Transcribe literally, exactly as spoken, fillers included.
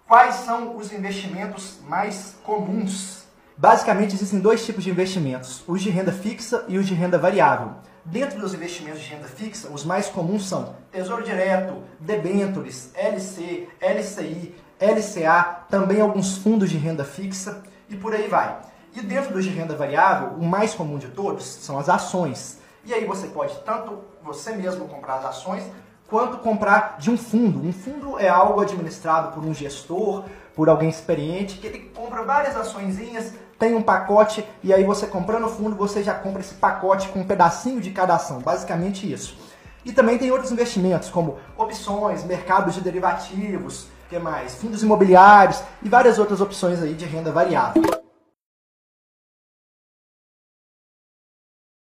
Quais são os investimentos mais comuns? Basicamente, existem dois tipos de investimentos, os de renda fixa e os de renda variável. Dentro dos investimentos de renda fixa, os mais comuns são Tesouro Direto, debêntures, L C, L C I, L C A, também alguns fundos de renda fixa e por aí vai. E dentro dos de renda variável, o mais comum de todos são as ações. E aí você pode tanto você mesmo comprar as ações, quanto comprar de um fundo. Um fundo é algo administrado por um gestor, por alguém experiente, que ele compra várias açõezinhas, tem um pacote, e aí você comprando o fundo, você já compra esse pacote com um pedacinho de cada ação, basicamente isso. E também tem outros investimentos, como opções, mercados de derivativos, que mais? Fundos imobiliários e várias outras opções aí de renda variável.